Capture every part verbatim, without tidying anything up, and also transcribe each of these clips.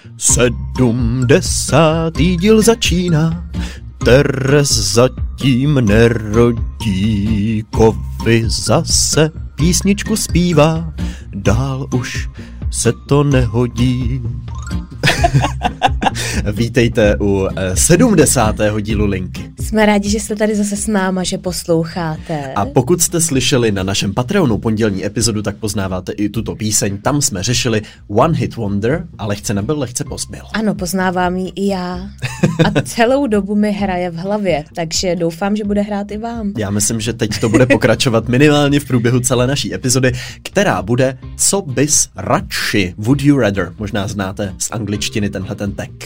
Sedmdesátý díl začíná, Teres zatím nerodí, Kovy zase písničku zpívá, dál už se to nehodí. Vítejte u sedmdesátého dílu Linky. Jsme rádi, že jste tady zase s náma, že posloucháte. A pokud jste slyšeli na našem Patreonu pondělní epizodu, tak poznáváte i tuto píseň. Tam jsme řešili One Hit Wonder a lehce nebyl, lehce pozbyl. Ano, poznávám ji i já. A celou dobu mi hraje v hlavě, takže doufám, že bude hrát i vám. Já myslím, že teď to bude pokračovat minimálně v průběhu celé naší epizody, která bude Co bys radši? Would you rather? Možná znáte z angličtiny tenhle ten tag.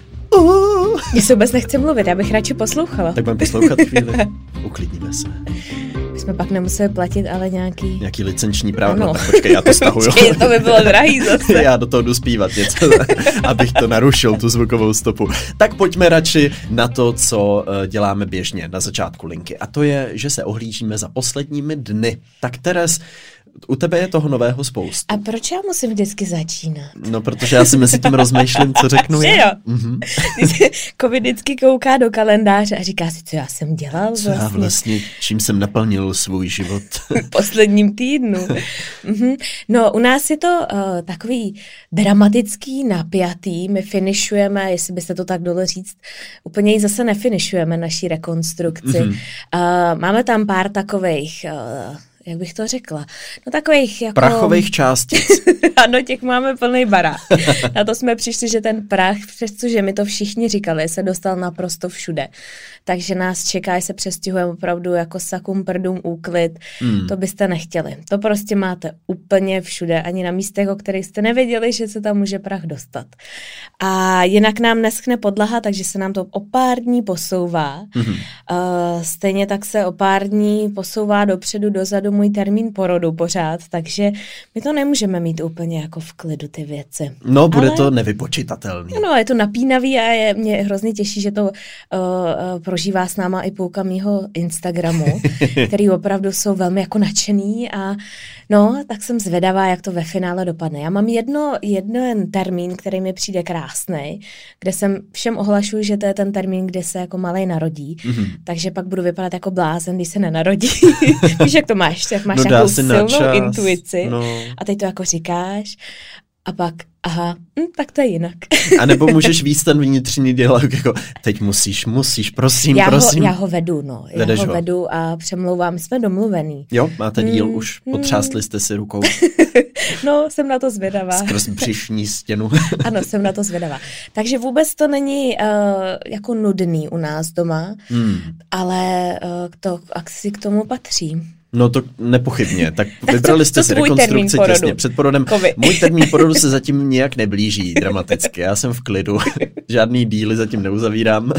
Uh. Mně se vůbec nechce mluvit, já bych radši poslouchala. Tak budeme poslouchat chvíli. Uklidníme se. My jsme pak nemuseli platit, ale nějaký... Nějaký licenční právo. No, tak počkej, já to stahuju. Počkej, to by bylo drahý zase. Já do toho jdu zpívat něco, abych to narušil, tu zvukovou stopu. Tak pojďme radši na to, co děláme běžně na začátku Linky. A to je, že se ohlížíme za posledními dny. Tak Teres, u tebe je toho nového spoustu. A proč já musím vždycky začínat? No, protože já si mezi tím rozmýšlím, co řeknu já. Jo. Mm-hmm. Kovy vždycky kouká do kalendáře a říká si, co já jsem dělal co vlastně. já vlastně, čím jsem naplnil svůj život. V posledním týdnu. Mm-hmm. No, u nás je to uh, takový dramatický, napjatý. My finišujeme, jestli byste to tak dalo říct, úplně ji zase nefinišujeme, naší rekonstrukci. Mm-hmm. Uh, máme tam pár takových... Uh, jak bych to řekla, no takových jako... Prachových částic. Ano, těch máme plný barák. Na to jsme přišli, že ten prach, přestože mi to všichni říkali, se dostal naprosto všude. Takže nás čeká, že se přestěhujeme opravdu jako sakum prdům úklid. Hmm. To byste nechtěli. To prostě máte úplně všude, ani na místech, o kterých jste nevěděli, že se tam může prach dostat. A jinak nám neschne podlaha, takže se nám to o pár dní posouvá. Hmm. Uh, stejně tak se o pár dní posouvá dopředu, dozadu můj termín porodu pořád, takže my to nemůžeme mít úplně jako v klidu ty věci. No, bude ale... to nevypočitatelný. No, je to napínavý a je, mě hrozně těší, že to uh, uh, prožívá s náma i půlka mýho Instagramu, který opravdu jsou velmi jako nadšený a no, tak jsem zvědavá, jak to ve finále dopadne. Já mám jedno, jeden termín, který mi přijde krásnej, kde jsem všem ohlašuji, že to je ten termín, kde se jako malej narodí, mm-hmm. takže pak budu vypadat jako blázen, když se nenarodí. Víš, jak to máš? Jak máš no, takovou silnou intuici no. a teď to jako říkáš a pak, aha, hm, tak to je jinak. A nebo můžeš víc ten vnitřní dialog, jako teď musíš, musíš, prosím, já prosím. Ho, já ho vedu, no. Vedeš já ho, ho vedu a přemlouvám, jsme domluvený. Jo, máte díl mm, už, potřásli jste si rukou. No, jsem na to zvědavá. Skrz břišní stěnu. Ano, jsem na to zvědavá. Takže vůbec to není uh, jako nudný u nás doma, hmm. ale uh, to asi k tomu patří. No to nepochybně, tak, tak vybrali jste si rekonstrukci těsně před porodem. Kovy. Můj termín porodu se zatím nijak neblíží dramaticky, já jsem v klidu, žádný díly zatím neuzavírám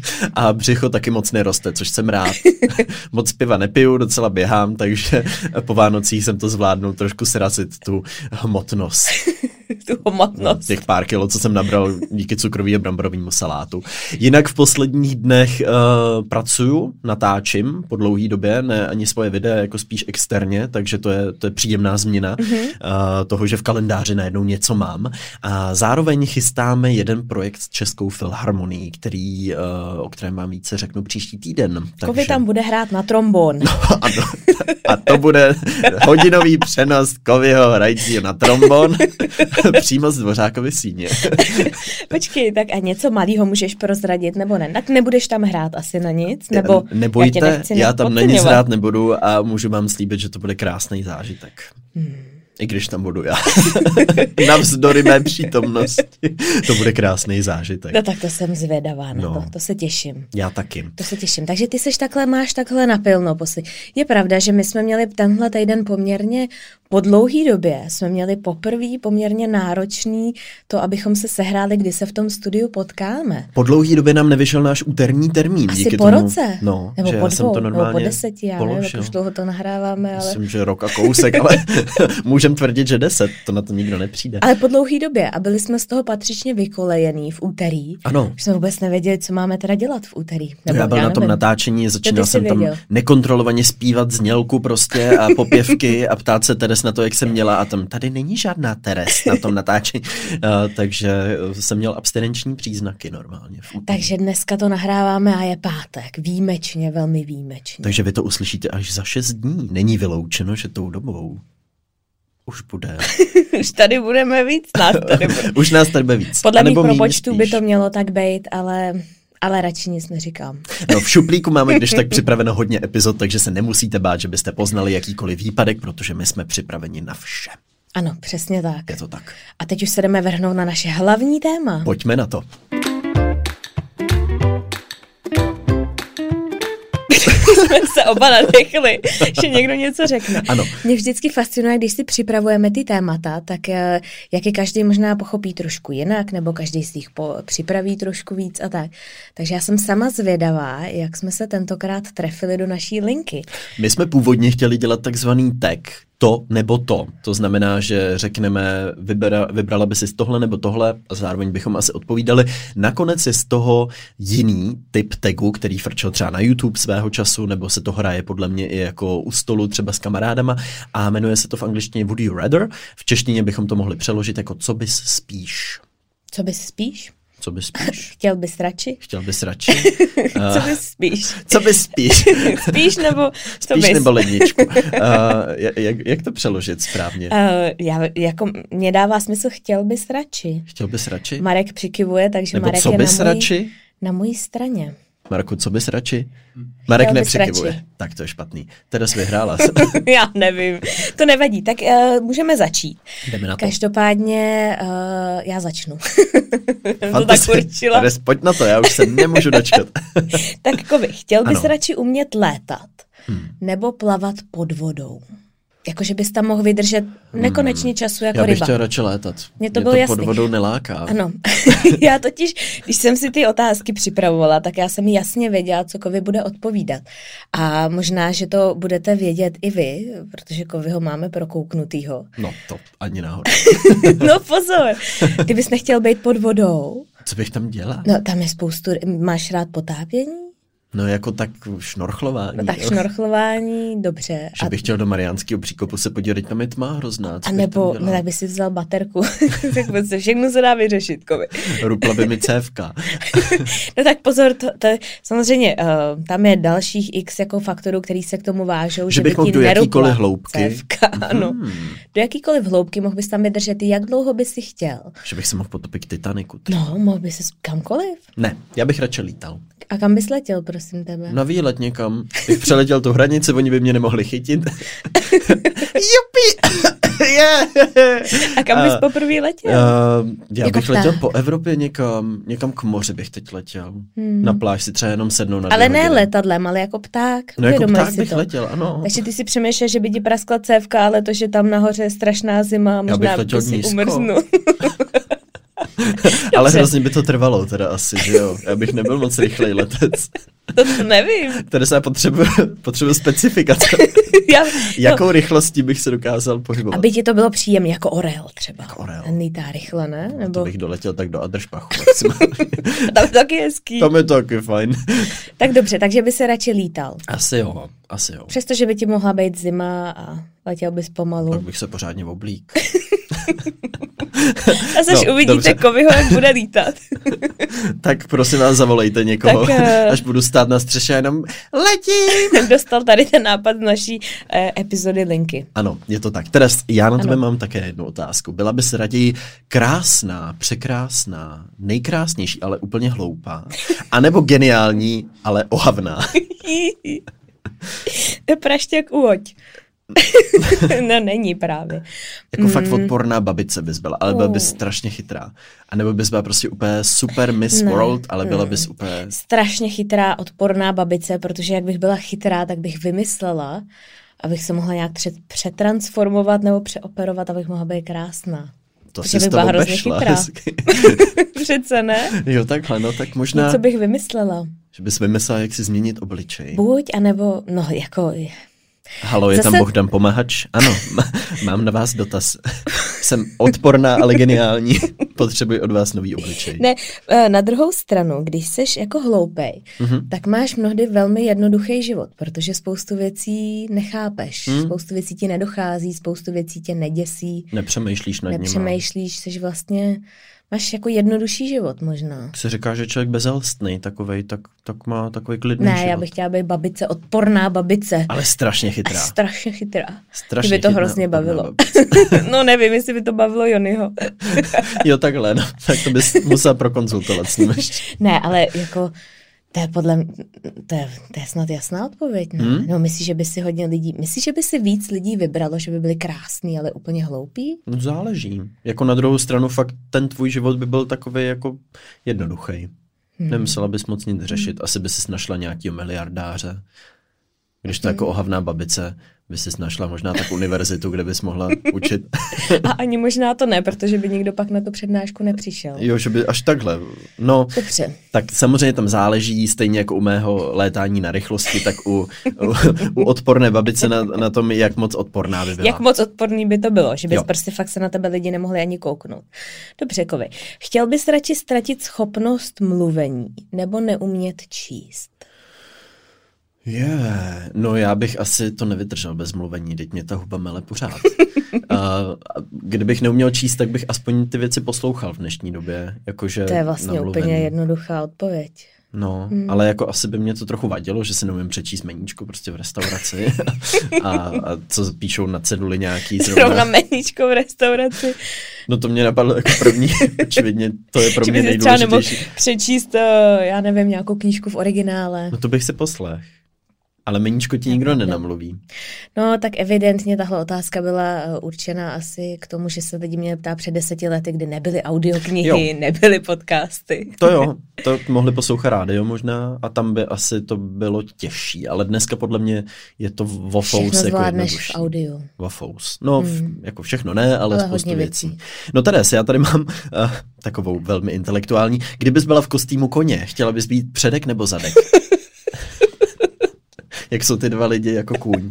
a břicho taky moc neroste, což jsem rád. Moc piva nepiju, docela běhám, takže po Vánocích jsem to zvládnul trošku srazit tu hmotnost. Tu hmotnost. Těch pár kilo, co jsem nabral díky cukroví a bramborovýmu salátu. Jinak v posledních dnech uh, pracuju, natáčím po dlouhý době, ne ani svoje videa, jako spíš externě, takže to je, to je příjemná změna mm-hmm. uh, toho, že v kalendáři najednou něco mám. A zároveň chystáme jeden projekt s Českou filharmonií, který, uh, o kterém vám více řeknu příští týden. Kovy takže... tam bude hrát na trombon. No, ano. A to bude hodinový přenos Kovyho hrajícího na trombon přímo z Dvořákovy síně. Počkej, tak a něco malýho můžeš prozradit, nebo ne? Tak nebudeš tam hrát asi na nic? Nebo nebojte, já, já tam na nic hrát nebudu a můžu vám slíbit, že to bude krásný zážitek. Hmm. I když tam budu já. Navzdory mé přítomnosti. To bude krásný zážitek. No tak to jsem zvědavá na no. to. To se těším. Já taky. To se těším. Takže ty seš takhle, máš takhle napilno posli. Je pravda, že my jsme měli tenhle týden poměrně po dlouhý době jsme měli poprvé poměrně náročný to, abychom se sehráli, kdy se v tom studiu potkáme. Po dlouhý době nám nevyšel náš úterní termín. Asi díky po tomu, roce. No, nebo že po já jsem dvou, to normálně nebo po deseti, já nevím, jak už dlouho to nahráváme. Ale... Myslím, že rok a kousek, ale může můžeme tvrdit, že deset, to na to nikdo nepřijde. Ale po dlouhý době a byli jsme z toho patřičně vykolejení v úterý. Ano. Už jsme vůbec nevěděli, co máme teda dělat v úterý. Nebo já byl já na tom nevím. natáčení, začínal jsem tam věděl. nekontrolovaně zpívat znělku prostě a popěvky a ptát se Teres na to, jak jsem měla a tam tady není žádná Teres na tom natáčení. Uh, takže jsem měl abstinenční příznaky normálně. Takže dneska to nahráváme a je pátek. Výjimečně, velmi výjimečně. Takže vy to uslyšíte až za šest dní. Není vyloučeno, že tou dobou už bude. Už tady budeme víc. Nás tady bude. Už nás tady bude víc. Podle mých propočtů by to mělo tak být, ale... Ale radši nic neříkám. No, v šuplíku máme když tak připraveno hodně epizod, takže se nemusíte bát, že byste poznali jakýkoliv výpadek, protože my jsme připraveni na vše. Ano, přesně tak. Je to tak. A teď už se jdeme vrhnout na naše hlavní téma. Pojďme na to. Jsme se oba nadechli, že někdo něco řekne. Ano. Mě vždycky fascinuje, když si připravujeme ty témata, tak jak je každý možná pochopí trošku jinak, nebo každý si jich po, připraví trošku víc a tak. Takže já jsem sama zvědavá, jak jsme se tentokrát trefili do naší linky. My jsme původně chtěli dělat takzvaný tag, to nebo to. To znamená, že řekneme, vybera, vybrala by si tohle nebo tohle a zároveň bychom asi odpovídali. Nakonec je z toho jiný typ tagu, který frčel třeba na YouTube svého času, nebo se to hraje podle mě i jako u stolu třeba s kamarádama a jmenuje se to v angličtině Would you rather. V češtině bychom to mohli přeložit jako co bys spíš. Co bys spíš? Co bys spíš? Chtěl bys radši? Chtěl bys radši? Co bys spíš? Co bys spíš? Spíš nebo co spíš bys? nebo ledničku. Uh, jak, jak to přeložit správně? Uh, já, jako, mě dává smysl, chtěl bys radši. Chtěl bys radši? Marek přikivuje, takže nebo Marek co je bys na mojí, radši? na mojí straně. Marku, co bys radši? Marek bys nepřikivuje. radši. Tak to je špatný. Teda jsi vyhrála. Já nevím. To nevadí. Tak uh, můžeme začít. Jdeme na to. Každopádně uh, já začnu. to tak určila. Teres, pojď na to, já už se nemůžu dočkat. Tak Kovi, chtěl bys Ano. radši umět létat Hmm. nebo plavat pod vodou? Jakože bys tam mohl vydržet nekonečně času jako Já bych ryba. chtěl radši létat. Mně to Mě bylo to jasný. pod vodou neláká. Ano. Já totiž, když jsem si ty otázky připravovala, tak já jsem jasně věděla, co Kovi bude odpovídat. A možná, že to budete vědět i vy, protože Koviho máme prokouknutýho. No to ani náhodou. No pozor, ty bys nechtěl být pod vodou. Co bych tam dělal? No tam je spoustu, máš rád potápění? No jako tak šnorchlování. No tak jo. šnorchlování, dobře. Že bych chtěl do Mariánského příkopu se podívat, tam je tma hrozná. Co A bych nebo, tam no tak by si vzal baterku. Tak prostě všechno se dá vyřešit, Kovi. Rupla by mi cévka. No tak pozor, to, to, samozřejmě uh, tam je dalších x jako faktorů, který se k tomu vážou, Že že, bych by ti mohl do jakýkoliv nerupla hloubky. cévka, ano. Hmm. Do jakýkoliv hloubky mohl bys tam vydržet, jak dlouho bys si chtěl. Že bych se mohl potopit k Titaniku. třeba. No, mohl bys se kamkoliv. Ne, já bych radši lítal. A kam bys letěl, prosím tebe? Na výlet někam. Bych přeletěl tu hranici, oni by mě nemohli chytit. Jupi! Yeah. A kam bys Uh, poprvé letěl? Uh, já Jako bych letěl pták. po Evropě někam, někam k moři bych teď letěl. Hmm. Na pláž si třeba jenom sednou na Ale dvě ne hodiny. letadlem, ale jako pták. No jako Uvědomil pták si bych to. letěl, ano. Takže ty si přemýšlel, že by ti praskla cévka, ale to, že tam nahoře je strašná zima, bych možná letěl by si nízko. umrznu. Ale hrozně by to trvalo teda asi, že jo. Já bych nebyl moc rychlej letec. To, to nevím. Tady se potřebuji potřebuji specifikace. Já, Jakou no, rychlostí bych se dokázal pohybovat. aby ti to bylo příjemné, jako orel třeba. Jako orel. Ten lítá rychle, ne? To Nebo bych doletěl tak do Adršpachu maximálně. tam je taky hezký. Tam je to taky fajn. Tak dobře, takže by se radši lítal. Asi jo, asi jo. Přestože by ti mohla být zima a letěl bys pomalu. Tak bych se pořádně oblík. A až No, uvidíte dobře. Koviho, jak bude lítat. Tak prosím vás, zavolejte někoho, Tak, eh, až budu stát na střeše a jenom letím. Dostal tady ten nápad z naší eh, epizody Linky. Ano, je to tak. Teraz já na tebe Ano. mám také jednu otázku. Byla bys raději krásná, překrásná, nejkrásnější, ale úplně hloupá, anebo geniální, ale ohavná? To je praštěk uhoď. No není právě. Jako mm. fakt odporná babice bys byla, ale byla bys Uh. strašně chytrá. A nebo bys byla prostě úplně super Miss Ne. World, ale byla Mm. bys úplně... Strašně chytrá, odporná babice, protože jak bych byla chytrá, tak bych vymyslela, abych se mohla nějak před, přetransformovat nebo přeoperovat, abych mohla být krásná. To Protože si bych s byla toho hrozně vešla chytrá. hezky. Přece ne? Jo, takhle, no tak možná, Něco bych vymyslela. že bys vymyslela, jak si změnit obličej. Buď, anebo, no jako, Halo, je Zase... tam Bohdan Pomahač? Ano, mám na vás dotaz. Jsem odporná, ale geniální. Potřebuji od vás nový obličej. Ne, na druhou stranu, když seš jako hloupej, mm-hmm. tak máš mnohdy velmi jednoduchý život, protože spoustu věcí nechápeš, mm. spoustu věcí ti nedochází, spoustu věcí tě neděsí. Nepřemýšlíš nad nimi. Nepřemýšlíš, jsi vlastně... Máš jako jednodušší život možná. Se říká, že člověk bezelstný takovej, tak, tak má takový klidný ne, život. Ne, já bych chtěla být babice, odporná babice. Ale strašně chytrá. A strašně chytrá. Strašně by to chytrá, hrozně bavilo. No nevím, jestli by to bavilo Jonyho. Jo, takhle, no. Tak to bys musela prokonzultovat s ním ještě. Ne, ale jako... To je podle mě, to je, to je snad jasná odpověď, ne? Hmm? No myslíš, že by si hodně lidí, myslíš, že by si víc lidí vybralo, že by byli krásní, ale úplně hloupí? No záleží. Jako na druhou stranu fakt ten tvůj život by byl takový jako jednoduchý. Hmm. Nemusela bys moc nic řešit. Asi by si našla nějakýho miliardáře. Když to hmm. jako ohavná babice, by si našla možná tak univerzitu, kde bys mohla učit. A ani možná to ne, protože by nikdo pak na tu přednášku nepřišel. Jo, že by až takhle. No, dobře. Tak samozřejmě tam záleží, stejně jako u mého létání na rychlosti, tak u, u, u odporné babice na, na tom, jak moc odporná by byla. Jak moc odporný by to bylo, že bys jo. prostě fakt se na tebe lidi nemohli ani kouknout. Dobře, Kovy. Chtěl bys radši ztratit schopnost mluvení nebo neumět číst? Je, yeah. No já bych asi to nevydržel bez mluvení, teď mě ta huba mele pořád. A kdybych neuměl číst, tak bych aspoň ty věci poslouchal v dnešní době. Jakože to je vlastně úplně jednoduchá odpověď. No, hmm. ale jako asi by mě to trochu vadilo, že si neumím přečíst meníčko prostě v restauraci a, a co píšou na ceduli nějaký zrovna. Zrovna meníčko v restauraci. No to mě napadlo jako první, očividně to je pro mě nejdůležitější. Přečíst, já nevím, nějakou knížku v originále. No to bych si poslech. Ale meníčko ti nikdo nenamluví. No, tak evidentně tahle otázka byla určena asi k tomu, že se lidi mě ptá před deseti lety, kdy nebyly audioknihy, jo. nebyly podcasty. To jo, to mohli poslouchat rádio možná a tam by asi to bylo těžší, ale dneska podle mě je to Wofous jako zvládneš v audio. Wofous. No, hmm. jako všechno ne, ale, ale spoustu věcí. věcí. No Teres, já tady mám uh, takovou velmi intelektuální. Kdybys byla v kostýmu koně, chtěla bys být předek nebo zadek? Jak jsou ty dva lidi jako kůň.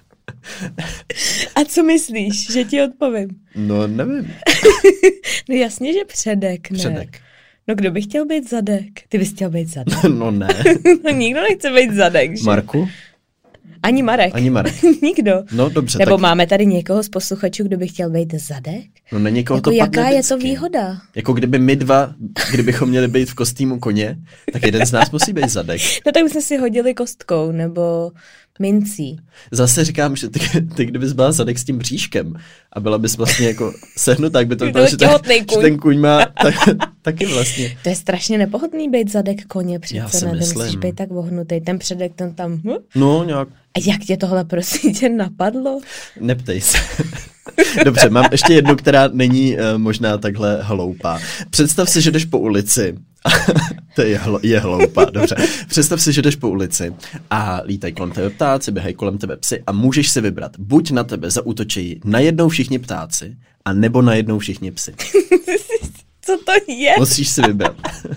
A co myslíš, že ti odpovím? No, nevím. No jasně, že předek, ne. Předek. No kdo by chtěl být zadek? Ty bys chtěl být zadek. No ne. No nikdo nechce být zadek, že? Marku? Ani Marek. Ani Marek. Nikdo. No dobře. Nebo tak... máme tady někoho z posluchačů, kdo by chtěl být zadek? No na někoho jako to jaká je vždycky. To výhoda? Jako kdyby my dva, kdybychom měli být v kostýmu koně, tak jeden z nás musí být zadek. No tak bychom si hodili kostkou, nebo mincí. Zase říkám, že ty, ty kdybys byla zadek s tím bříškem a byla bys vlastně jako sehnutá, tak by to bylo, že, ten, že ten kůň má tak, taky vlastně. To je strašně nepohodlný být zadek koně přece, ne? Myslím. Musíš být tak vohnutý, ten předek, ten tam. Hm? No nějak. A jak tě tohle prosím tě napadlo? Neptej se. Dobře, mám ještě jednu, která není uh, možná takhle hloupá. Představ si, že jdeš po ulici. To je, hlo, je hloupá, dobře. Představ si, že jdeš po ulici a lítají kolem tebe ptáci, běhají kolem tebe psy a můžeš si vybrat. Buď na tebe zaútočí najednou všichni ptáci, a nebo najednou všichni psy. Co to je? Musíš si vybrat.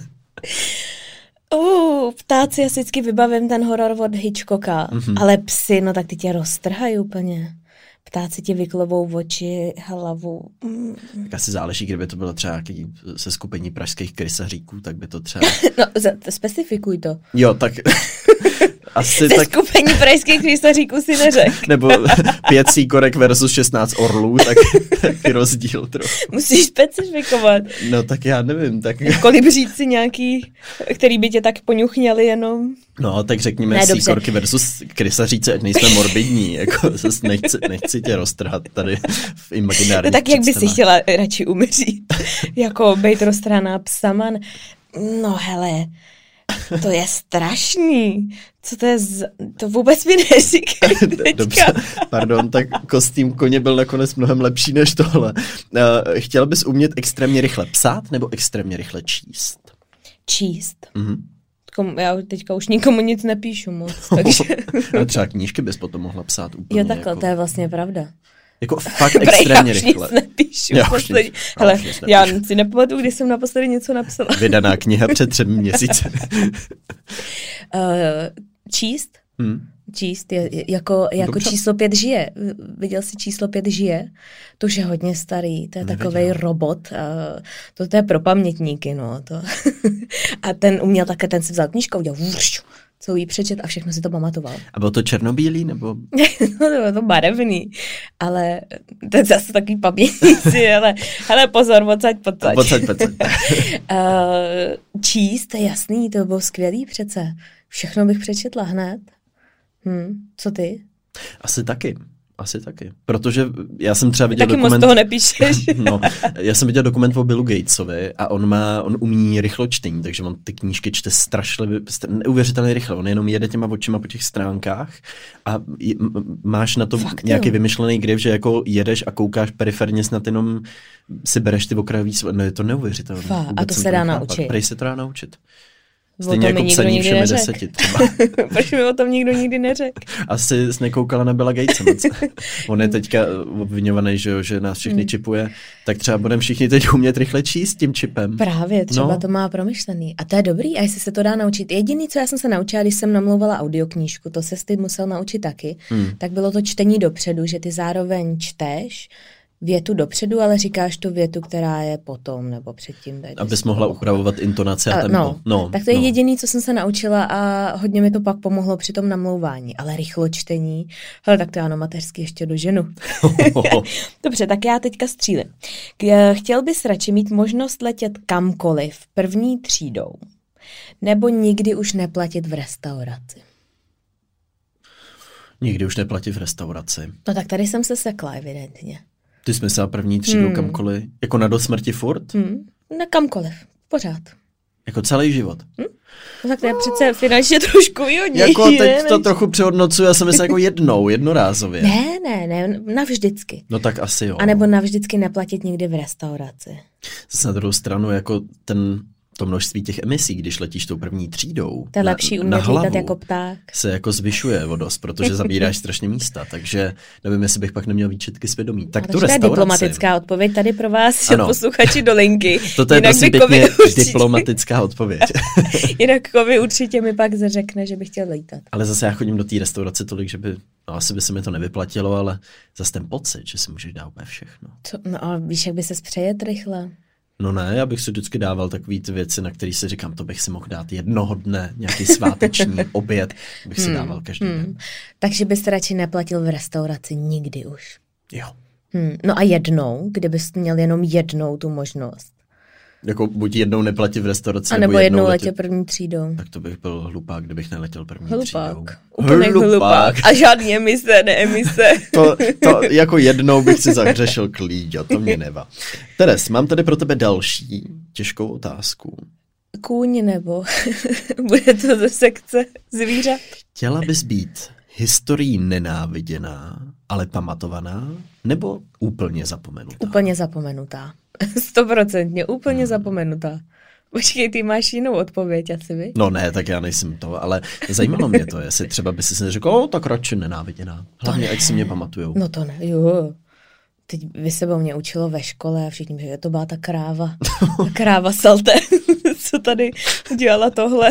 Uh, ptáci, já si vždycky vybavím ten horor od Hitchcocka, mm-hmm. ale psy, no tak ty tě roztrhají úplně. Ptáci ti vyklovou oči, hlavu. Mm. Tak asi záleží, kdyby to bylo třeba nějaký se skupení pražských krysaříků, tak by to třeba... No, specifikuj to. Jo, tak... Asi se tak... skupení pražských krysaříků si neřek. Nebo pět síkorek versus šestnáct orlů, tak taky rozdíl trochu. Musíš specifikovat. No tak já nevím, tak... Kolibříci nějaký, který by tě tak poňuchněli jenom. No, tak řekněme ne, síkorky versus krysaříci, ať nejsme morbidní, jako zase nechci, nechci tě roztrhat tady v imaginárních no, tak jak by si chtěla radši umřít? Jako bejt roztrhaná psama? No hele, to je strašný. Co to je z... To vůbec mi neříkej teďka. Dobře, pardon, tak kostým koně byl nakonec mnohem lepší než tohle. Uh, chtěl bys umět extrémně rychle psát nebo extrémně rychle číst? Číst. Mhm. Já teďka už nikomu nic nepíšu moc, takže... No, třeba knížky bys potom mohla psát úplně. Jo, takhle, jako... to je vlastně pravda. Jako fakt extrémně rychle. Já už nic nepíšu. Já, už nic, Hele, už nic já si nepamatuju, kdy jsem naposledy něco napsala. Vydaná kniha před třemi měsíci. uh, číst? Hmm. Číst, je, jako, jako číslo pět žije. Viděl jsi číslo pět žije? To už je hodně starý, to je takovej robot. A to, to je pro pamětníky, no. To. A ten uměl také, ten si vzal knížku, udělal vůř, co jí přečet a všechno si to pamatoval. A bylo to černobílý, nebo? No, to bylo to barevný, ale to je zase takový pamětníci, ale, ale pozor, odsaď, podsaď. Podsaď, podsaď. uh, číst, to je jasný, to bylo skvělý přece. Všechno bych přečetla hned. Hm, co ty? Asi taky. Asi taky. Protože já jsem třeba viděl taky dokument... moc toho nepíšeš. No, já jsem viděl dokument o Billu Gatesovi a on má, on umí rychločtení, takže on ty knížky čte strašlivě, neuvěřitelně rychle. On jenom jede těma očima po těch stránkách a je, máš na to Fakt, nějaký jo. vymyšlený grif, že jako jedeš a koukáš periferně snad jenom si bereš ty okrajový svoj. No je to neuvěřitelné. Fá, a to se dá naučit. Prej se to dá naučit. Stejně jako psaní všemi deseti třeba. Proč mi o tom nikdo nikdy neřekl? Asi jsi nekoukala na Billa Gatesa moc. On je teďka obviňovaný, že, jo, že nás všechny hmm. čipuje, tak třeba budeme všichni teď umět rychle číst tím čipem. Právě, třeba no. to má promyšlený. A to je dobrý, a jestli se to dá naučit. Jediný, co já jsem se naučila, když jsem namlouvala audioknížku, to se ty musel naučit taky, hmm. tak bylo to čtení dopředu, že ty zároveň čteš větu dopředu, ale říkáš tu větu, která je potom nebo předtím. Abys mohla upravovat intonace a tempo. No, no, tak to je no. jediný, co jsem se naučila a hodně mi to pak pomohlo při tom namlouvání. Ale rychlo čtení, hele, tak to já na mateřský ještě doženu. Dobře, tak já teďka střílím. Chtěl bys radši mít možnost letět kamkoliv první třídou, nebo nikdy už neplatit v restauraci? Nikdy už neplatit v restauraci. No tak tady jsem se sekla, evidentně. Ty jsi myslela první třídu hmm. kamkoliv? Jako na dosmrti furt? Hmm. Na kamkoliv, pořád. Jako celý život? Hmm? No tak to je přece finančně trošku výhodnější. Jako teď ne, to než... trochu přehodnocuju, já jsem myslel jako jednou, jednorázově. Ne, ne, ne, navždycky. No tak asi jo. A nebo navždycky neplatit nikdy v restauraci. Zase na druhou stranu jako ten... to množství těch emisí, když letíš tou první třídou, to je lepší umět lítat jako pták. Se jako zvyšuje o dost, protože zabíráš strašně místa, takže nevím, jestli bych pak neměl výčitky svědomí. Tak tu restauraci. To je diplomatická odpověď tady pro vás, ano. posluchači do linky. Toto je prosím pěkně diplomatická odpověď. Jinak Kovy určitě mi pak zařekne, že bych chtěl lítat. Ale zase já chodím do té restaurace tolik, že by, no asi by se mi to nevyplatilo, ale zase ten pocit, že si můžeš dát úplně všechno. Co? No a víš, jak by se přejet rychle? No ne, já bych si vždycky dával takový ty věci, na který si říkám, to bych si mohl dát jednoho dne, nějaký sváteční oběd, bych si hmm, dával každý hmm. den. Takže bys radši neplatil v restauraci nikdy už. Jo. Hmm. No a jednou, kdybys měl jenom jednou tu možnost. Jako buď jednou neplatit v restauraci, a nebo, nebo jednou letět první třídou. Tak to bych byl hlupák, kdybych neletěl první hlupák. třídou. Úplný hlupák. hlupák. A žádný emise, neemise. to, to jako jednou bych si zahřešil klíďo, to mě nevá. Teres, mám tady pro tebe další těžkou otázku. Kůň nebo bude to ze sekce zvířat? Chtěla bys být historií nenáviděná, ale pamatovaná, nebo úplně zapomenutá? Úplně zapomenutá. Stoprocentně, úplně hmm. zapomenutá. Počkej, ty máš jinou odpověď asi, vy? No ne, tak já nejsem to, ale zajímalo mě to, jestli třeba by si řekl, o, tak radši nenáviděná. Hlavně, ať si mě pamatujou. No to ne, jo. Teď vy sebou mě učilo ve škole a všichni mi, že to byla ta kráva. Ta kráva Salte, co tady udělala tohle.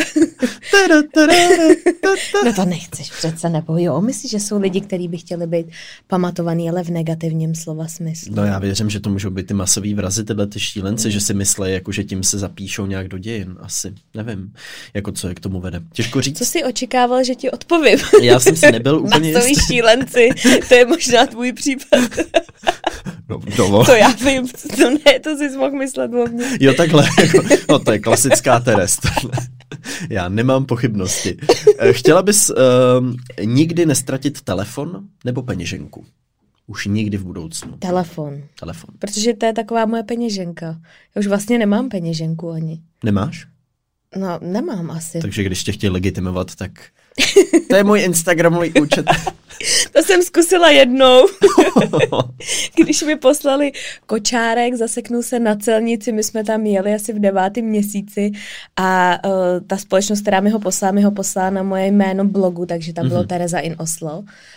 No to nechceš přece, nebo jo, myslíš, že jsou lidi, kteří by chtěli být pamatovaný, ale v negativním slova smyslu. No já věřím, že to můžou být ty masový vrazy, tyhle ty šílenci, mm. že si myslí, jako, že tím se zapíšou nějak do dějin. Asi, nevím, jako co je k tomu vede. Těžko říct. Co jsi očekával, že ti odpovím? Já jsem si nebyl úplně Masový jistý. Šílenci, to je možná tvůj případ. No, domo. To já vím, to ne, to jsi mohl myslet o mně. Jo, takhle, jako, no to je klasická Teres. Já nemám pochybnosti. Chtěla bys uh, nikdy nestratit telefon nebo peněženku? Už nikdy v budoucnu. Telefon. Telefon. Protože to je taková moje peněženka. Já už vlastně nemám peněženku ani. Nemáš? No, nemám asi. Takže když tě chtějí legitimovat, tak to je můj Instagramový účet. To jsem zkusila jednou, když mi poslali kočárek, zaseknul se na celnici, my jsme tam jeli asi v devátém měsíci a uh, ta společnost, která mi ho poslala, mi ho poslala na moje jméno blogu, takže tam bylo mm-hmm. Tereza in Oslo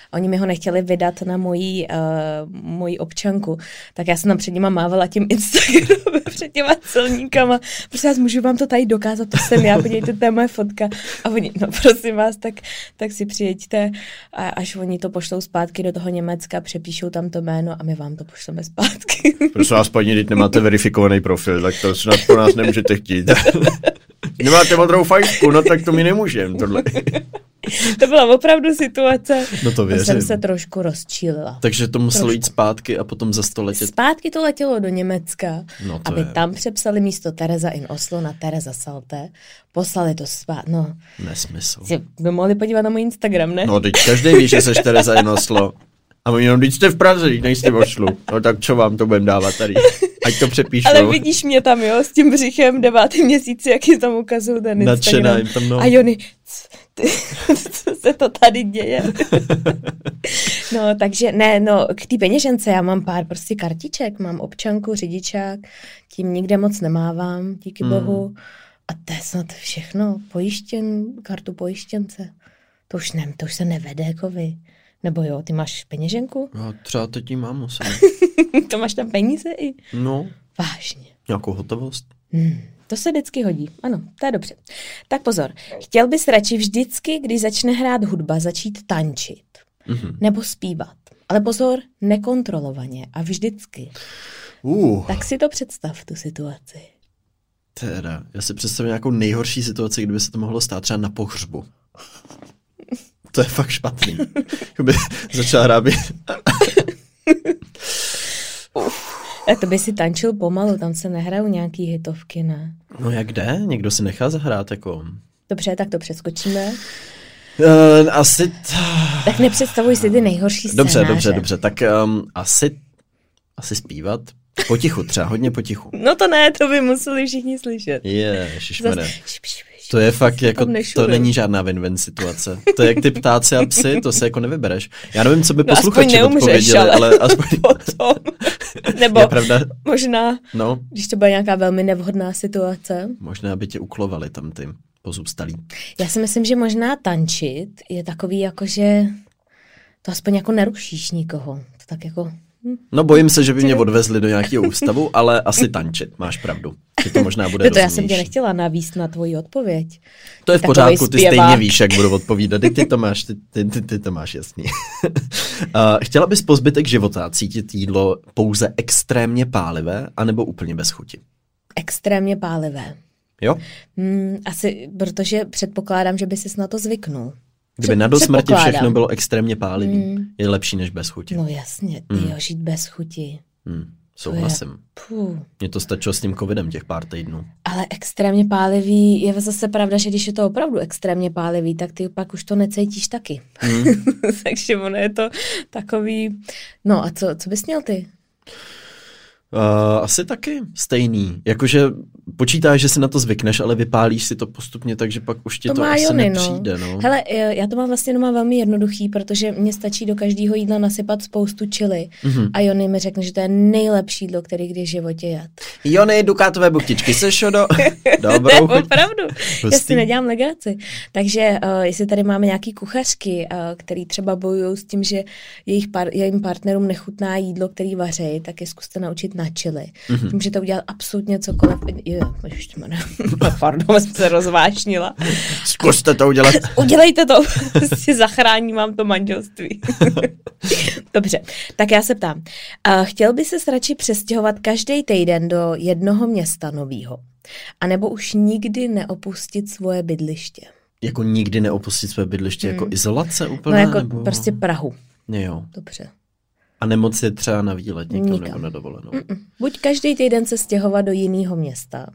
Oni mi ho nechtěli vydat na moji, uh, moji občanku, tak já jsem tam před nima mávala tím Instagramem před těma celníkama. Prostě vás můžu vám to tady dokázat, to jsem já, podívejte, to je moje fotka. A oni, no prosím vás, tak, tak si přijeďte a až oni to pošlou zpátky do toho Německa, přepíšou tam to jméno a my vám to pošleme zpátky. Prosím vás, paní, teď nemáte verifikovaný profil, tak to snad po nás nemůžete chtít. Nemáte modrou fajfku, no tak to mi nemůžem, tohle. To byla opravdu situace. No to věřím. To jsem se trošku rozčílila. Takže to muselo trošku. jít zpátky a potom za sto letět. Zpátky to letělo do Německa, no aby je... tam přepsali místo Tereza in Oslo na Tereza Salte. Poslali to zpátky. No. Nesmysl. By mohli podívat na můj Instagram, ne? No teď každý ví, že seš Tereza in Oslo. A my jenom, teď jste v Praze, teď nejste v Oslu. No tak čo vám to budem dávat tady? Ať to přepíšou. Ale vidíš mě tam, jo, s tím břichem devátý měsíci, jak jim tam ukazují ten Instagram. Jim tam, no. A Jony, co se to tady děje? No, takže ne, no, k té peněžence já mám pár prostě kartiček, mám občanku, řidičák, tím nikde moc nemávám, díky hmm. bohu. A to je snad všechno, pojištěn, kartu pojištěnce. To už, ne, to už se nevede jako vy. Nebo jo, ty máš peněženku? No, třeba teď jí mám musím. To máš tam peníze i? No. Vážně. Nějakou hotovost? Hmm, to se vždycky hodí. Ano, to je dobře. Tak pozor. Chtěl bys radši vždycky, když začne hrát hudba, začít tančit. Mm-hmm. Nebo zpívat. Ale pozor, nekontrolovaně a vždycky. Uh. Tak si to představ, tu situaci. Teda, já si představím nějakou nejhorší situaci, kdyby se to mohlo stát třeba na pohřbu. To je fakt špatný. Kdyby začala hrát. A to by si tančil pomalu, tam se nehrajou nějaký hitovky, ne? No jak jde? Někdo si nechá zahrát jako... Dobře, tak to přeskočíme. Uh, asi... T... Tak nepředstavuj si ty nejhorší scénáře. Dobře, dobře, dobře. Tak um, asi... Asi zpívat. Potichu třeba, hodně potichu. No to ne, to by museli všichni slyšet. Ježišmarja. To je fakt jako, to není žádná win-win situace. To je jak ty ptáci a psy, to se jako nevybereš. Já nevím, co by no, posluchači odpověděli, ale, ale aspoň... Potom. Nebo je pravda, možná, no, když to byla nějaká velmi nevhodná situace. Možná by tě uklovali tam ty pozůstalí. Já si myslím, že možná tančit je takový jako, že to aspoň jako nerušíš nikoho. To tak jako... No bojím se, že by mě odvezli do nějakého ústavu, ale asi tančit, máš pravdu. Že to možná bude to já jsem tě nechtěla navíst na tvoji odpověď. To je v pořádku, ty stejně víš, jak budu odpovídat. Ty, ty to máš, ty, ty, ty, ty to máš jasný. uh, chtěla bys po zbytek života cítit jídlo pouze extrémně pálivé, anebo úplně bez chuti? Extrémně pálivé. Jo? Mm, asi, protože předpokládám, že by ses na to zvyknul. Kdyby na do smrti všechno bylo extrémně pálivý, mm. je lepší než bez chuti. No jasně, ty mm. jo, žít bez chuti. Mm. Souhlasím. Mně to stačilo s tím covidem těch pár týdnů. Ale extrémně pálivý, je zase pravda, že když je to opravdu extrémně pálivý, tak ty pak už to necítíš taky. Mm. Takže ono je to takový... No a co, co bys měl ty? Uh, asi taky stejný. Jakože počítáš, že si na to zvykneš, ale vypálíš si to postupně, takže pak už ti to, to asi jony, nepřijde. No. No. Hele, já to mám vlastně doma velmi jednoduchý, protože mně stačí do každého jídla nasypat spoustu chili mm-hmm. a Jony mi řekne, že to je nejlepší jídlo, který kdy v životě jad. Jony, dukátové buchtičky, sešodo. Dobrou chuť. Opravdu, já si nedělám legraci. Takže uh, jestli tady máme nějaký kuchařky, uh, který třeba bojují s tím, že jejich par- jejím partnerům nechutná jídlo, který vařejí, tak je zkuste naučit na chili. Mm-hmm. Můžete udělat absolutně cokoliv. Je, pardon, jsem se rozvášnila. Zkuste to udělat. Udělejte to, si zachrání vám to manželství. Dobře, tak já se ptám. Chtěl by ses radši přestěhovat každý týden do jednoho města novýho? A nebo už nikdy neopustit svoje bydliště? Jako nikdy neopustit svoje bydliště? Hmm. Jako izolace úplně? No jako nebo... prostě Prahu. Jo. Dobře. A nemoc je třeba na výlet někam, Nikam. nebo na dovolenou. Mm-mm. Buď každý týden se stěhovat do jiného města.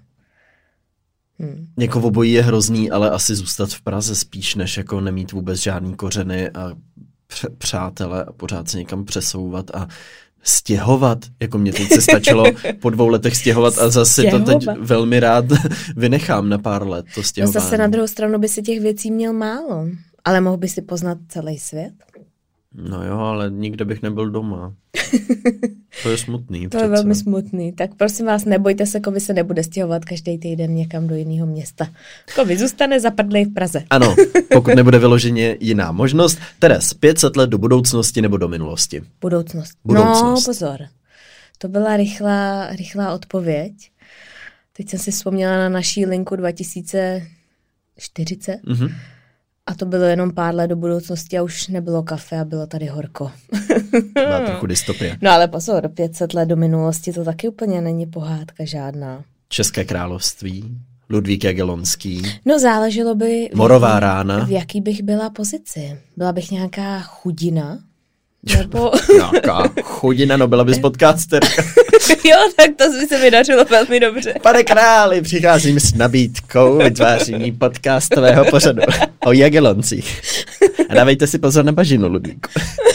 Hmm. Jako obojí je hrozný, ale asi zůstat v Praze spíš, než jako nemít vůbec žádný kořeny a pře- přátele a pořád se někam přesouvat a stěhovat. Jako mě teď se stačilo po dvou letech stěhovat a zase stěhovat. To teď velmi rád vynechám na pár let, to stěhování. No zase na druhou stranu by si těch věcí měl málo, ale mohl by si poznat celý svět. No jo, ale nikde bych nebyl doma. To je smutný. To přece. je velmi smutný. Tak prosím vás, nebojte se, Kovy se nebude stěhovat každý týden někam do jiného města. Kovy zůstane zapadlej v Praze. Ano, pokud nebude vyloženě jiná možnost. Teres, pět set let do budoucnosti nebo do minulosti? Budoucnost. Budoucnost. No, pozor. To byla rychlá, rychlá odpověď. Teď jsem si vzpomněla na naší linku dva tisíce čtyřicet. Mm-hmm. A to bylo jenom pár let do budoucnosti a už nebylo kafe a bylo tady horko. Byla trochu dystopie. No ale pozor, pět set let do minulosti to taky úplně není pohádka žádná. České království, Ludvík Jagellonský. No záleželo by... Morová v jaký, rána. V jaký bych byla pozici. Byla bych nějaká chudina? Nebo... Nějaká chudina, no byla bys podcasterka. Jo, tak to by se mi dařilo velmi dobře. Pane králi, přicházím s nabídkou vytváření podcastového pořadu o Jagelloncích. A dávejte si pozor na bažinu, Ludvíku.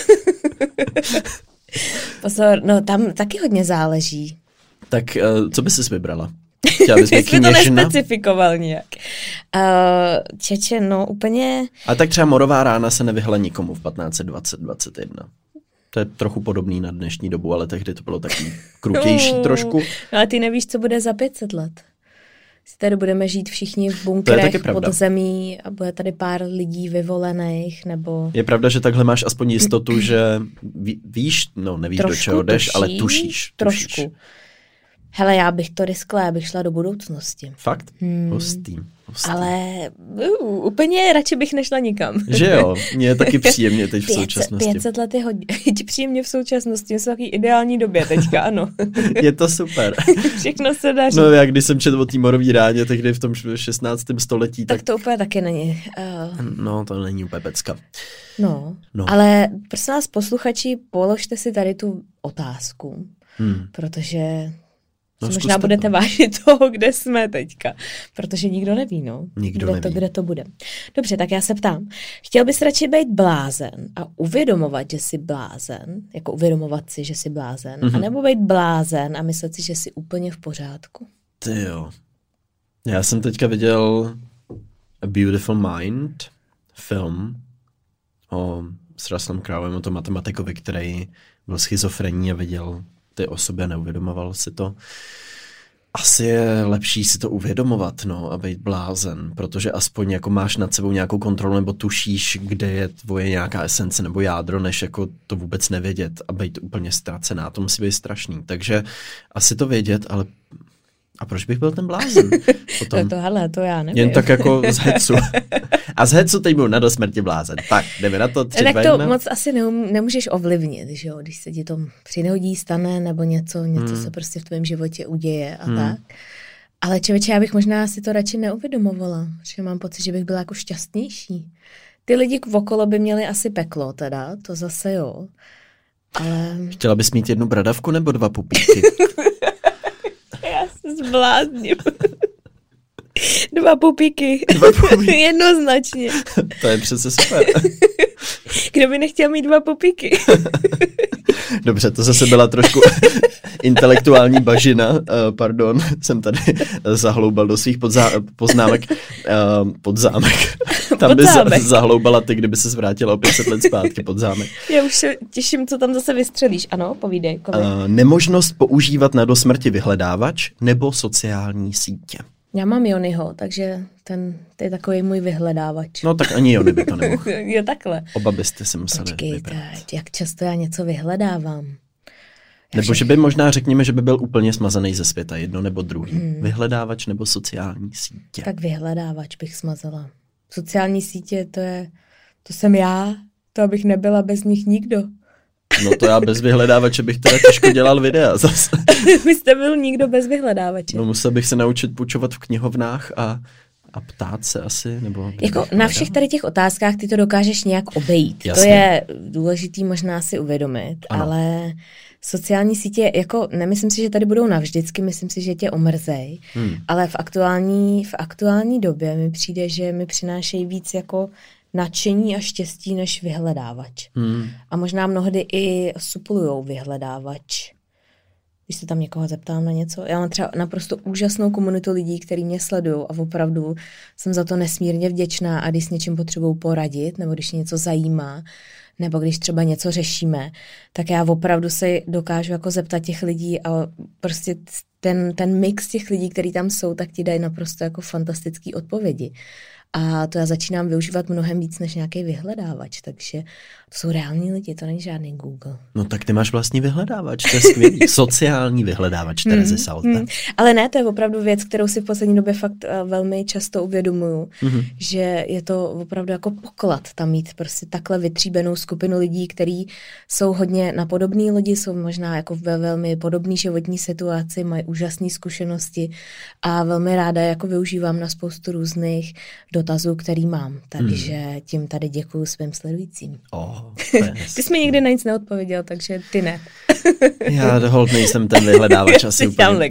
Pozor, no tam taky hodně záleží. Tak uh, co by jsi vybrala? Chtěla bys být Jsi to kněžna? nespecifikoval nějak. Uh, čeče, no úplně... A tak třeba Morová rána se nevyhla nikomu v patnáct dvacet dvacet jedna. To je trochu podobný na dnešní dobu, ale tehdy to bylo takový krutější Uh, trošku. No ale ty nevíš, co bude za pět set let. Si tady budeme žít všichni v bunkrech pod zemí a bude tady pár lidí vyvolených, nebo... Je pravda, že takhle máš aspoň jistotu, že ví, víš, no nevíš, trošku do čeho jdeš, tuší, ale tušíš. Trošku. Tušíš. Hele, já bych to riskla, já bych šla do budoucnosti. Fakt? Hmm. Hustý, hustý. Ale uh, úplně radši bych nešla nikam. Že jo, mně je taky příjemně teď v pět set, současnosti. pět set let je hodně. Je ti příjemně v současnosti, jsou takový ideální době teďka, ano. Je to super. Všechno se daří. No já když jsem četl o té Morový ráně, tehdy v tom šestnáctém století, tak... Tak to úplně taky není. Uh, No, to není úplně pecka. no. No. ale prosím vás, posluchači, položte si tady tu otázku, Hmm. protože... No, No, možná zkuste budete to. vážit toho, kde jsme teďka, protože nikdo neví, no. Nikdo kde neví. To, kde to bude. Dobře, tak já se ptám. Chtěl bys radši být blázen a uvědomovat, že jsi blázen, jako uvědomovat si, že jsi blázen, Mhm. anebo být blázen a myslet si, že jsi úplně v pořádku? Ty jo. Já jsem teďka viděl A Beautiful Mind, film o, s Russellem Crowem, o tom matematikovi, který byl schizofrenní a viděl ty osoby a neuvědomoval si to. Asi je lepší si to uvědomovat, no, a být blázen, protože aspoň jako máš nad sebou nějakou kontrolu nebo tušíš, kde je tvoje nějaká esence nebo jádro, než jako to vůbec nevědět a být úplně ztracená. To musí být strašný. Takže asi to vědět, ale a proč bych byl ten blázen? Potom To, to, hele, to já nevím. jen tak jako z hecu. A z hecu teď byl na do smrti blázen. Tak, jdeme na to. Tři, tak dva, to jedna. moc asi neum, nemůžeš ovlivnit, že jo? Když se ti to přihodí, stane, nebo něco, něco Hmm. se prostě v tvém životě uděje a Hmm. tak. Ale člověče, já bych možná si to radši neuvědomovala, že mám pocit, že bych byla jako šťastnější. Ty lidi okolo by měli asi peklo teda, to zase jo. Ale... Chtěla bys mít jednu bradavku nebo dva pupíky? Já se zblázním. Dva pupíky. Dva pupíky. Jednoznačně. To je přece super. Kdo by nechtěl mít dva pupíky? Dobře, to zase byla trošku intelektuální bažina. Uh, pardon, jsem tady zahloubal do svých podzá- poznámek. Uh, podzámek. Tam by Podzámek. za- zahloubala ty, kdyby se zvrátila o pět set let zpátky podzámek. Já už se těším, co tam zase vystřelíš. Ano, povídej. Uh, Uh, nemožnost používat na do smrti vyhledávač nebo sociální sítě. Já mám Jonyho, takže ten, to je takový můj vyhledávač. No tak ani on by to nemohl. Je takhle. Oba byste si museli Počkej, vybrat. teď, jak často já něco vyhledávám. Nebo že by možná řekněme, že by byl úplně smazaný ze světa, jedno nebo druhý. Hmm. Vyhledávač nebo sociální sítě. Tak vyhledávač bych smazala. Sociální sítě, to je, to jsem já, to abych nebyla bez nich nikdo. No to já bez vyhledávače bych teda těžko dělal videa zase. Vy jste byl nikdo bez vyhledávače. No musel bych se naučit půjčovat v knihovnách a, a ptát se asi, nebo... Jako na všech tady těch otázkách ty to dokážeš nějak obejít. Jasně. To je důležitý možná si uvědomit, Ano. ale sociální sítě, jako nemyslím si, že tady budou navždycky, myslím si, že tě omrzej, Hmm. ale v aktuální, v aktuální době mi přijde, že mi přinášejí víc jako nadšení a štěstí než vyhledávač. Hmm. A možná mnohdy i suplujou vyhledávač. když se tam někoho zeptám na něco. Já mám třeba naprosto úžasnou komunitu lidí, kteří mě sledují a opravdu jsem za to nesmírně vděčná a když s něčím potřebuju poradit nebo když něco zajímá, nebo když třeba něco řešíme, tak já opravdu se dokážu jako zeptat těch lidí a prostě ten, ten mix těch lidí, kteří tam jsou, tak ti dají naprosto jako fantastický odpovědi. A to já začínám využívat mnohem víc než nějaký vyhledávač, takže to jsou reální lidi, to není žádný Google. No tak ty máš vlastní vyhledávač, to je skvělý. Sociální vyhledávač Terezy Salte. Hmm, hmm. Ale ne, to je opravdu věc, kterou si v poslední době fakt uh, velmi často uvědomuju, hmm. že je to opravdu jako poklad tam mít prostě takhle vytříbenou skupinu lidí, kteří jsou hodně na podobné lodi, jsou možná jako ve velmi podobné životní situaci, mají úžasné zkušenosti a velmi ráda jako využívám na spoustu různých dotazů, který mám. Takže hmm. tím tady děkuju svým sledujícím. Oh, ty jsi mi nikdy na nic neodpověděl, takže ty ne. Já hold nejsem ten vyhledávač asi úplně.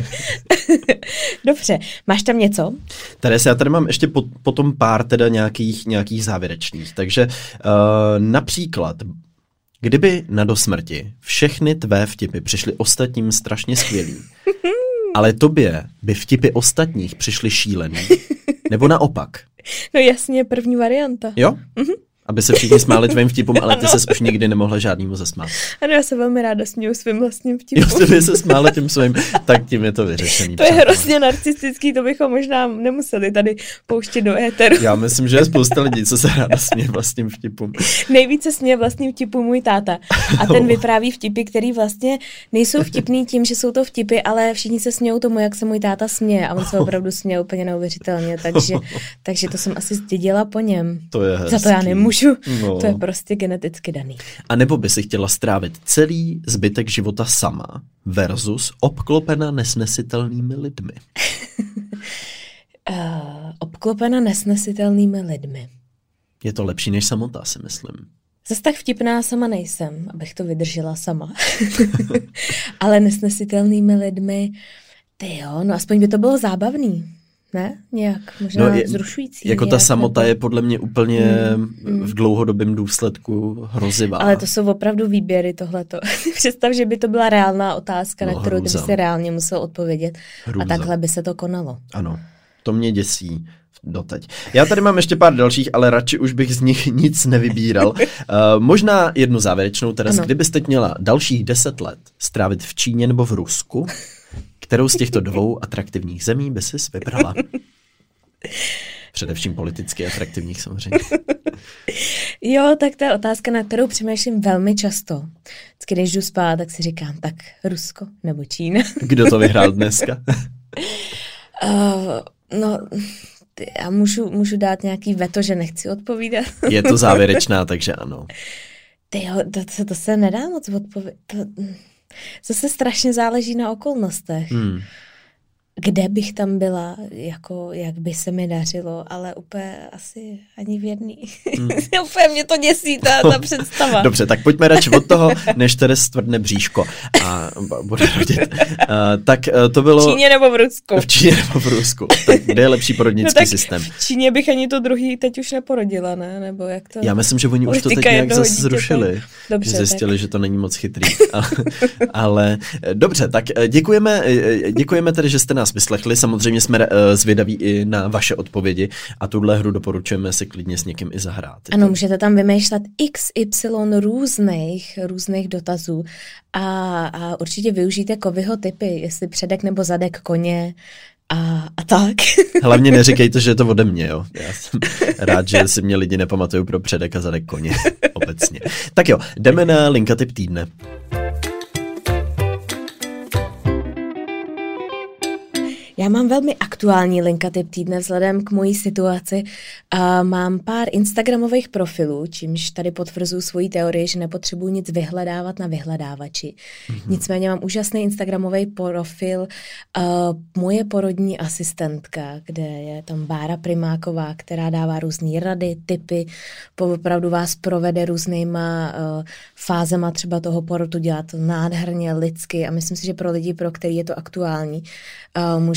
Dobře, máš tam něco? Tady já tady mám ještě potom pár teda nějakých, nějakých závěrečných. Takže uh, například, kdyby na dosmrti všechny tvé vtipy přišly ostatním strašně skvělý, ale tobě by vtipy ostatních přišly šílený, nebo naopak? No jasně, první varianta. Jo? Mhm. Aby se všichni smáli tvým vtipům, ale ty ses už nikdy nemohla žádnému zasmát. Ano, já se velmi ráda směju svým vlastním vtipům. Jo, kdyby se smála tím svým, tak tím je to vyřešený. To je hrozně narcistický, to bychom možná nemuseli tady pouštět do éteru. Já myslím, že je spousta lidí, co se ráda směje vlastním vtipům. Nejvíce směje vlastním vtipům můj táta. A ten vypráví vtipy, který vlastně nejsou vtipný tím, že jsou to vtipy, ale všichni se smějou tomu, jak se můj táta směje. A on se opravdu směje úplně neuvěřitelně, takže, takže to jsem asi zdědila po něm. To je hezký. Za to já nemůžu. No. To je prostě geneticky daný. A nebo by si chtěla strávit celý zbytek života sama versus obklopena nesnesitelnými lidmi? uh, obklopena nesnesitelnými lidmi. Je to lepší než samota, si myslím. Zas tak vtipná sama nejsem, abych to vydržela sama. Ale nesnesitelnými lidmi, ty jo, no aspoň by to bylo zábavný. Ne? Nějak možná no, je, zrušující. Jako nějak, ta samota nebo... je podle mě úplně mm, v dlouhodobém důsledku hrozivá. Ale to jsou opravdu výběry tohleto. Představ, že by to byla reálná otázka, no, na kterou ty by si reálně musel odpovědět. Hrůza. A takhle by se to konalo. Ano, to mě děsí doteď. Já tady mám ještě pár dalších, ale radši už bych z nich nic nevybíral. uh, možná jednu závěrečnou, teda kdybyste měla dalších deset let strávit v Číně nebo v Rusku, kterou z těchto dvou atraktivních zemí by sis vybrala? Především politicky atraktivních samozřejmě. Jo, tak to je otázka, na kterou přemýšlím velmi často. Vždycky, když jdu spát, tak si říkám, tak Rusko nebo Čína. Kdo to vyhrál dneska? uh, no, já můžu, můžu dát nějaký veto, že nechci odpovídat. Je to závěrečná, takže ano. Tyjo, to, to, to se nedá moc odpovědět. Zase strašně záleží na okolnostech. Hmm. Kde bych tam byla, jako jak by se mi dařilo, ale úplně asi ani v jedný. Hmm. Úplně mě to děsí, ta, ta představa. Dobře, tak pojďme radši od toho, než tedy stvrdne bříško a bude rodit. Uh, tak uh, to bylo... V Číně nebo v Rusku. V Číně nebo v Rusku. Tak kde je lepší porodnický no systém? V Číně bych ani to druhý teď už neporodila, ne? Nebo jak to... Já myslím, že oni už to teď nějak zase zrušili. Dobře, že zjistili, tak. že to není moc chytrý. ale, ale dobře, tak děkujeme, děkujeme tedy, že jste nás vyslechli. Samozřejmě jsme uh, zvědaví i na vaše odpovědi a tuhle hru doporučujeme si klidně s někým i zahrát. Ano, to... můžete tam vymýšlet iks ypsilon různých, různých dotazů a, a určitě využijte Kovyho tipy, jestli předek nebo zadek koně a, a tak. Hlavně neříkejte, že je to ode mě, jo. Já jsem rád, že si mě lidi nepamatují pro předek a zadek koně obecně. Tak jo, jdeme na linka tip týdne. Já mám velmi aktuální linka tip týdne vzhledem k mojí situaci. A mám pár instagramových profilů, čímž tady potvrzuji svoji teorii, že nepotřebuji nic vyhledávat na vyhledávači. Mm-hmm. Nicméně mám úžasný instagramový profil uh, moje porodní asistentka, kde je tam Bára Primáková, která dává různý rady, tipy, opravdu vás provede různýma uh, fázema třeba toho porodu, dělá to nádherně, lidsky a myslím si, že pro lidi, pro který je to aktuální, uh, může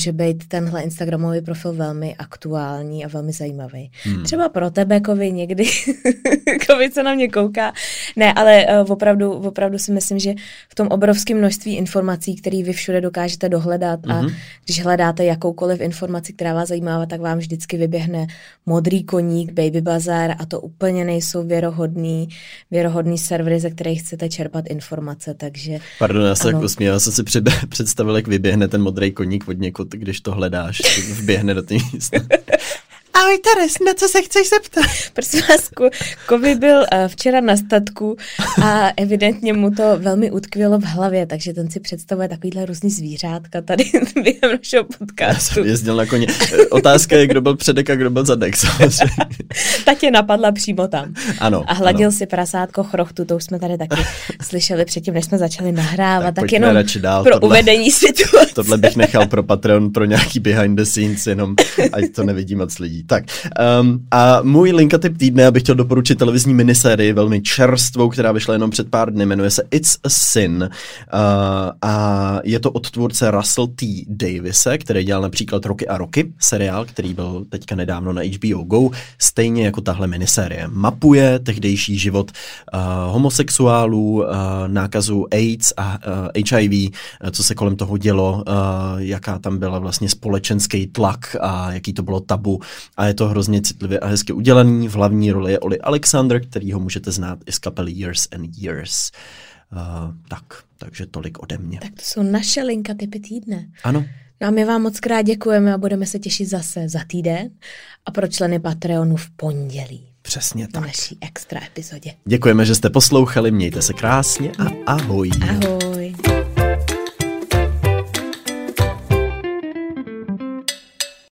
může být tenhle Instagramový profil velmi aktuální a velmi zajímavý. Hmm. Třeba pro tebe, Kovi, někdy, Kovi, co na mě kouká. Ne, ale uh, opravdu, opravdu si myslím, že v tom obrovském množství informací, které vy všude dokážete dohledat mm-hmm. a když hledáte jakoukoliv informaci, která vás zajímá, tak vám vždycky vyběhne Modrý koník, Baby Bazar a to úplně nejsou věrohodný, věrohodný servery, ze kterých chcete čerpat informace, takže... Pardon, já se tak usmíval, jsem si přebe- představil, jak vyběhne ten Modrý koník od někud, když to hledáš, vběhne do té místa. Ahoj Teres, na co se chceš zeptat? Prosím vás, Kovi byl uh, včera na statku a evidentně mu to velmi utkvělo v hlavě, takže ten si představuje takovýhle různý zvířátka tady během našeho podcastu. Já jsem jezdil na koni. Otázka je, kdo byl předek a kdo byl zadek. Ta tě napadla přímo tam. Ano. A hladil ano. si prasátko chrochtu, to už jsme tady taky slyšeli předtím, než jsme začali nahrávat. Tak, tak jenom dál, pro tohle, uvedení situace. Tohle bych nechal pro Patreon, pro nějaký behind the scenes, jenom ať to nevidí moc lidí. Tak, um, a můj linkatip týdne, abych chtěl doporučit televizní minisérii, velmi čerstvou, která vyšla jenom před pár dny, jmenuje se It's a Sin uh, a je to od tvůrce Russell T. Davise, který dělal například Roky a roky, seriál, který byl teďka nedávno na H B O Go, stejně jako tahle minisérie. Mapuje tehdejší život uh, homosexuálů, uh, nákazu AIDS a uh, H I V, uh, co se kolem toho dělo, uh, jaká tam byla vlastně společenský tlak a jaký to bylo tabu. A je to hrozně citlivě a hezky udělaný. V hlavní roli je Oli Alexander, který ho můžete znát i z kapely Years and Years. Uh, tak, takže tolik ode mě. Tak to jsou naše linka typy týdne. Ano. No a my vám moc krát děkujeme a budeme se těšit zase za týden a pro členy Patreonu v pondělí. Přesně tak. Na naší extra epizodě. Děkujeme, že jste poslouchali, mějte se krásně a ahoj. Ahoj.